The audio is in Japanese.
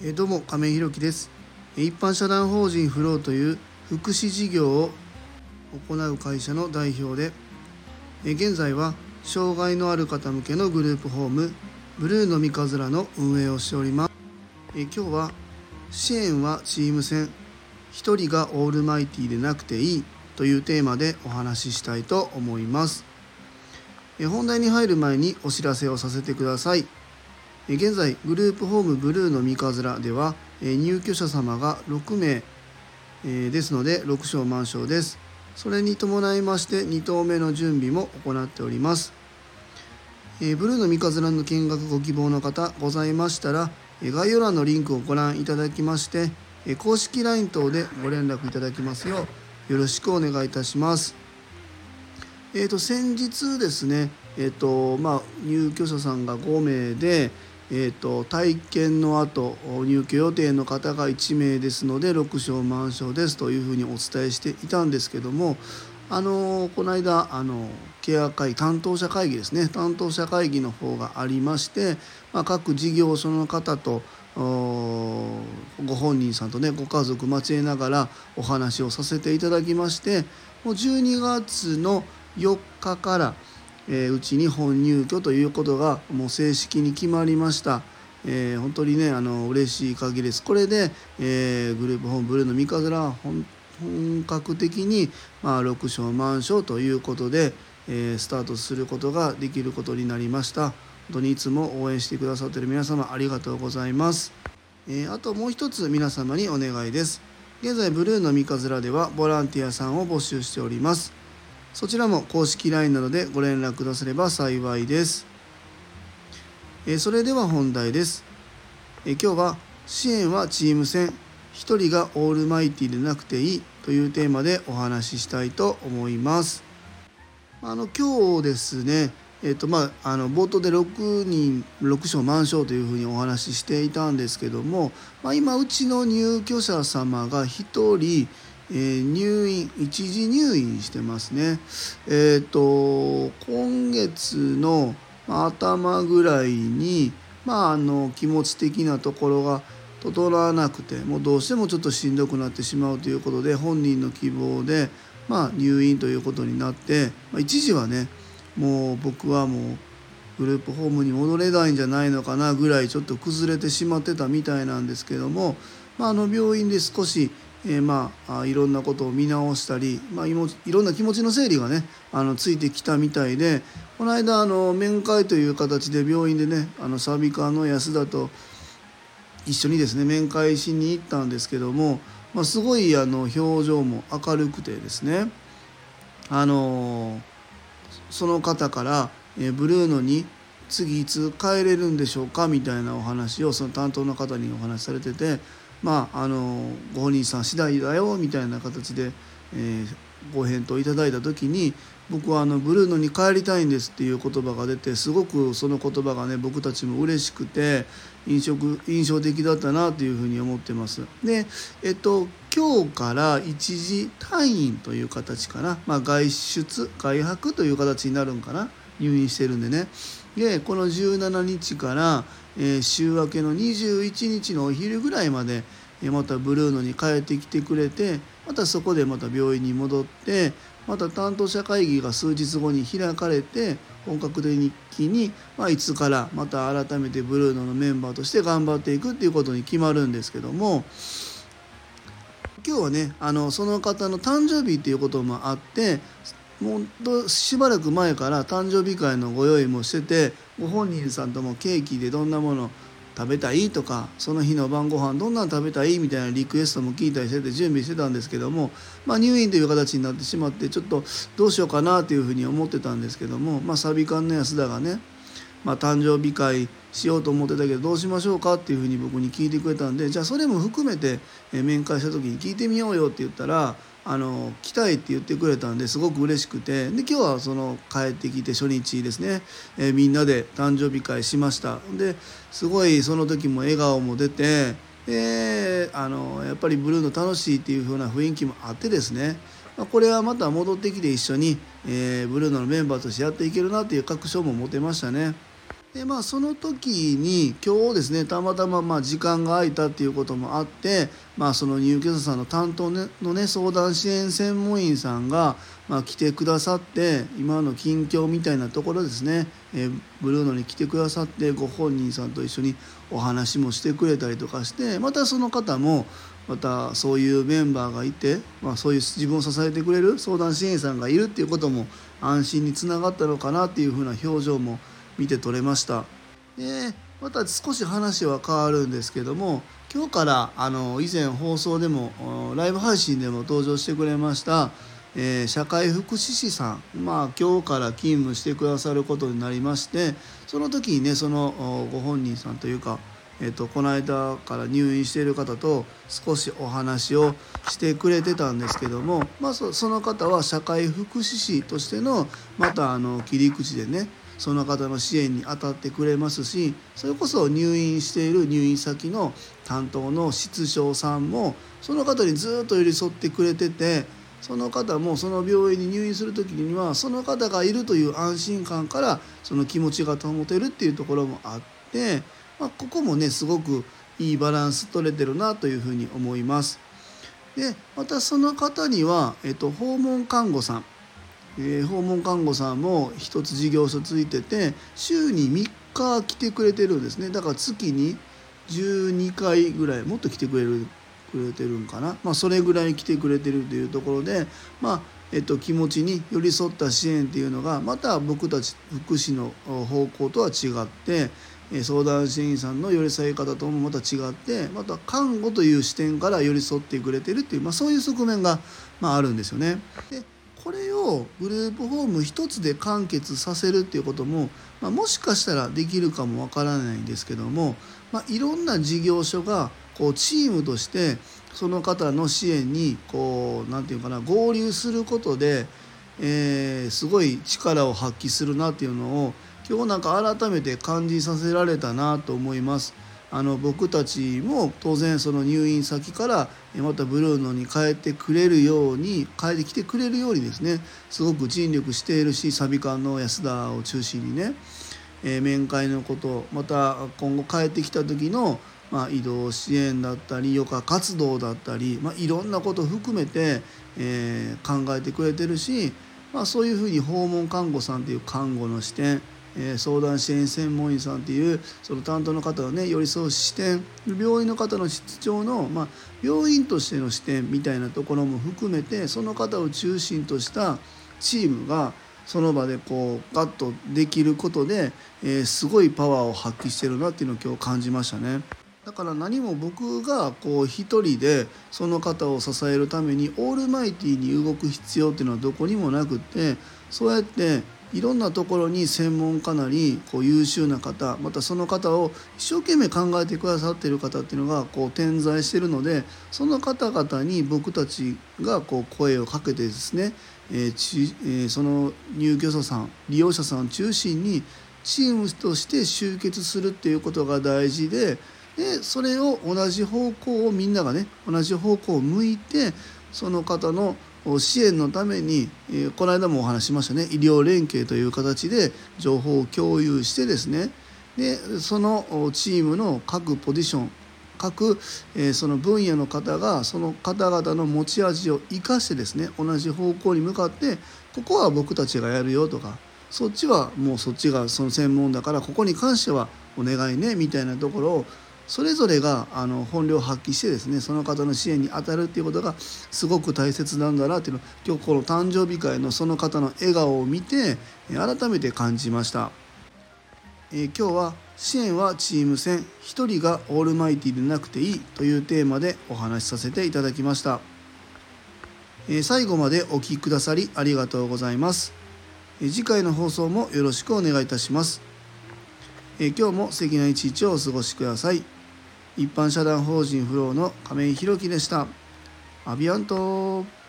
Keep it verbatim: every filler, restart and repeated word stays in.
えーどうも亀井ひろきです。一般社団法人フローという福祉事業を行う会社の代表で、えー現在は障害のある方向けのグループホームブルーの三日面の運営をしております。えー今日は支援はチーム戦、一人がオールマイティでなくていいというテーマでお話ししたいと思います。えー本題に入る前にお知らせをさせてください。現在グループホームブルーの三日面では入居者様がろくめいですのでろくしょう満床です。それに伴いましてに棟目の準備も行っております。ブルーの三日面の見学ご希望の方ございましたら、概要欄のリンクをご覧いただきまして公式 ライン 等でご連絡いただきますようよろしくお願いいたします。えー、と先日ですね、えーとまあ、入居者さんがごめいで、えー、と体験の後入居予定の方がいちめいですのでろくしょう満床ですというふうにお伝えしていたんですけども、あのこの間あのケア会担当者会議ですね担当者会議の方がありまして、まあ、各事業所の方とご本人さんとねご家族交えながらお話をさせていただきまして、もうじゅうにがつのよっかから、えー、うちに本入居ということがもう正式に決まりました。えー、本当にねあの嬉しい限りです。これで、えー、グループホームブルーの三日面は本格的に、まあ、ろくしょう満床ということで、えー、スタートすることができることになりました。本当にいつも応援してくださっている皆様ありがとうございます。えー、あともう一つ皆様にお願いです。現在ブルーの三日面ではボランティアさんを募集しております。そちらも公式 ライン などでご連絡くだされば幸いです。えそれでは本題です。え今日は支援はチーム戦、一人がオールマイティでなくていいというテーマでお話ししたいと思います。あの今日ですね、えっとまあ、あの冒頭でろくにんろくしょう満床というふうにお話ししていたんですけども、まあ、今うちの入居者様がひとりえー、入院一時入院してますね。えっ、ー、と今月の頭ぐらいに、まあ、あの気持ち的なところが整わなくて、もうどうしてもちょっとしんどくなってしまうということで本人の希望で、まあ、入院ということになって、まあ、一時はねもう僕はもうグループホームに戻れないんじゃないのかなぐらいちょっと崩れてしまってたみたいなんですけども、まあ、あの病院で少しえー、まあいろんなことを見直したり、まあ、いろんな気持ちの整理がねあのついてきたみたいで、この間あの面会という形で病院でねあのサビ科の安田と一緒にですね面会しに行ったんですけども、まあ、すごいあの表情も明るくてですね、あのその方から、えー、ブルーノに次いつ帰れるんでしょうかみたいなお話をその担当の方にお話しされてて、まあ、あのご本人さん次第だよみたいな形で、えー、ご返答いただいた時に、僕はあのブルーノに帰りたいんですっていう言葉が出て、すごくその言葉がね僕たちも嬉しくて印象印象的だったなというふうに思ってます。で、えっと今日から一時退院という形かな、まあ、外出外泊という形になるんかな、入院してるんでね。でこのじゅうしちにちから、えー、週明けのにじゅういちにちのお昼ぐらいまで、えー、またブルーノに帰ってきてくれて、またそこでまた病院に戻って、また担当者会議が数日後に開かれて本格的に、まあ、いつからまた改めてブルーノのメンバーとして頑張っていくっていうことに決まるんですけども、今日はねあのその方の誕生日っていうこともあって、もうしばらく前から誕生日会のご用意もしてて、ご本人さんともケーキでどんなもの食べたいとか、その日の晩ご飯どんなの食べたいみたいなリクエストも聞いたりしてて準備してたんですけども、まあ、入院という形になってしまってちょっとどうしようかなというふうに思ってたんですけども、まあ、サビ館の安田がね、まあ、誕生日会しようと思ってたけどどうしましょうかっていうふうに僕に聞いてくれたんで、じゃあそれも含めて面会した時に聞いてみようよって言ったら、あの来たいって言ってくれたんですごく嬉しくて、で今日はその帰ってきて初日ですね、えー、みんなで誕生日会しました。ですごいその時も笑顔も出て、であのやっぱりブルーの楽しいっていう風な雰囲気もあってですね、まあ、これはまた戻ってきて一緒に、えー、ブルーノのメンバーとしてやっていけるなっていう確証も持てましたね。 でまあその時に今日ですね、たまたままあ時間が空いたっていうこともあって、まあ、その入居者さんの担当のね相談支援専門員さんがまあ来てくださって、今の近況みたいなところですね、えー、ブルーノに来てくださって、ご本人さんと一緒にお話もしてくれたりとかして、またその方もまたそういうメンバーがいて、まあ、そういう自分を支えてくれる相談支援員さんがいるっていうことも安心につながったのかなっていうふうな表情も見て取れました。でまた少し話は変わるんですけども、今日からあの以前放送でもライブ配信でも登場してくれました、えー、社会福祉士さん、まあ、今日から勤務してくださることになりまして、その時にねそのご本人さんというか、えー、とこの間から入院している方と少しお話をしてくれてたんですけども、まあ、そ, その方は社会福祉士としてのまたあの切り口でねその方の支援に当たってくれますし、それこそ入院している入院先の担当の室長さんもその方にずっと寄り添ってくれてて、その方もその病院に入院する時にはその方がいるという安心感からその気持ちが保てるっていうところもあって、まあ、ここもねすごくいいバランス取れてるなというふうに思います。でまたその方には、えっと、訪問看護さん、えー、訪問看護さんも一つ事業所ついてて、週にみっか来てくれてるんですね。だから月にじゅうにかいぐらい、もっと来てくれるくれてるんかな、まあ、それぐらい来てくれてるというところで、まあえっと、気持ちに寄り添った支援っていうのがまた僕たち福祉の方向とは違って、相談支援員さんの寄り添い方ともまた違って、また看護という視点から寄り添ってくれてるっていう、まあ、そういう側面が、まあ、あるんですよね。でこれをグループホーム一つで完結させるっていうことも、まあ、もしかしたらできるかもわからないんですけども、まあ、いろんな事業所がこうチームとしてその方の支援にこうなんていうかな合流することで、えー、すごい力を発揮するなっていうのを今日なんか改めて感じさせられたなと思います。あの僕たちも当然その入院先からまたブルーノに帰ってくれるように帰ってきてくれるようにですねすごく尽力しているし、サビ館の安田を中心にね、えー、面会のこと、また今後帰ってきた時の、まあ、移動支援だったり余暇活動だったり、まあ、いろんなことを含めて、えー、考えてくれてるし、まあ、そういうふうに訪問看護さんという看護の視点、相談支援専門員さんっていうその担当の方のね寄り添う視点、病院の方の室長の、まあ、病院としての視点みたいなところも含めて、その方を中心としたチームがその場でこうガッとできることで、えー、すごいパワーを発揮してるなっていうのを今日感じましたね。だから何も僕がこう一人でその方を支えるためにオールマイティに動く必要っていうのはどこにもなくって、そうやっていろんなところに専門家なりこう優秀な方、またその方を一生懸命考えてくださっている方っていうのがこう点在しているので、その方々に僕たちがこう声をかけてですね、えーちえー、その入居者さん利用者さんを中心にチームとして集結するっていうことが大事で、でそれを同じ方向をみんながね同じ方向を向いてその方の支援のために、えー、この間もお話ししましたね、医療連携という形で情報を共有してですね、でそのチームの各ポジション各、えー、その分野の方がその方々の持ち味を生かしてですね同じ方向に向かって、ここは僕たちがやるよとか、そっちはもうそっちがその専門だからここに関してはお願いねみたいなところをそれぞれがあの本領を発揮してですねその方の支援に当たるっていうことがすごく大切なんだなっていうのを今日この誕生日会のその方の笑顔を見て改めて感じました。えー、今日は支援はチーム戦、一人がオールマイティでなくていいというテーマでお話しさせていただきました。えー、最後までお聞きくださりありがとうございます。えー、次回の放送もよろしくお願いいたします。えー、今日も素敵な一日をお過ごしください。一般社団法人フローの亀井宏樹でした。アビアント。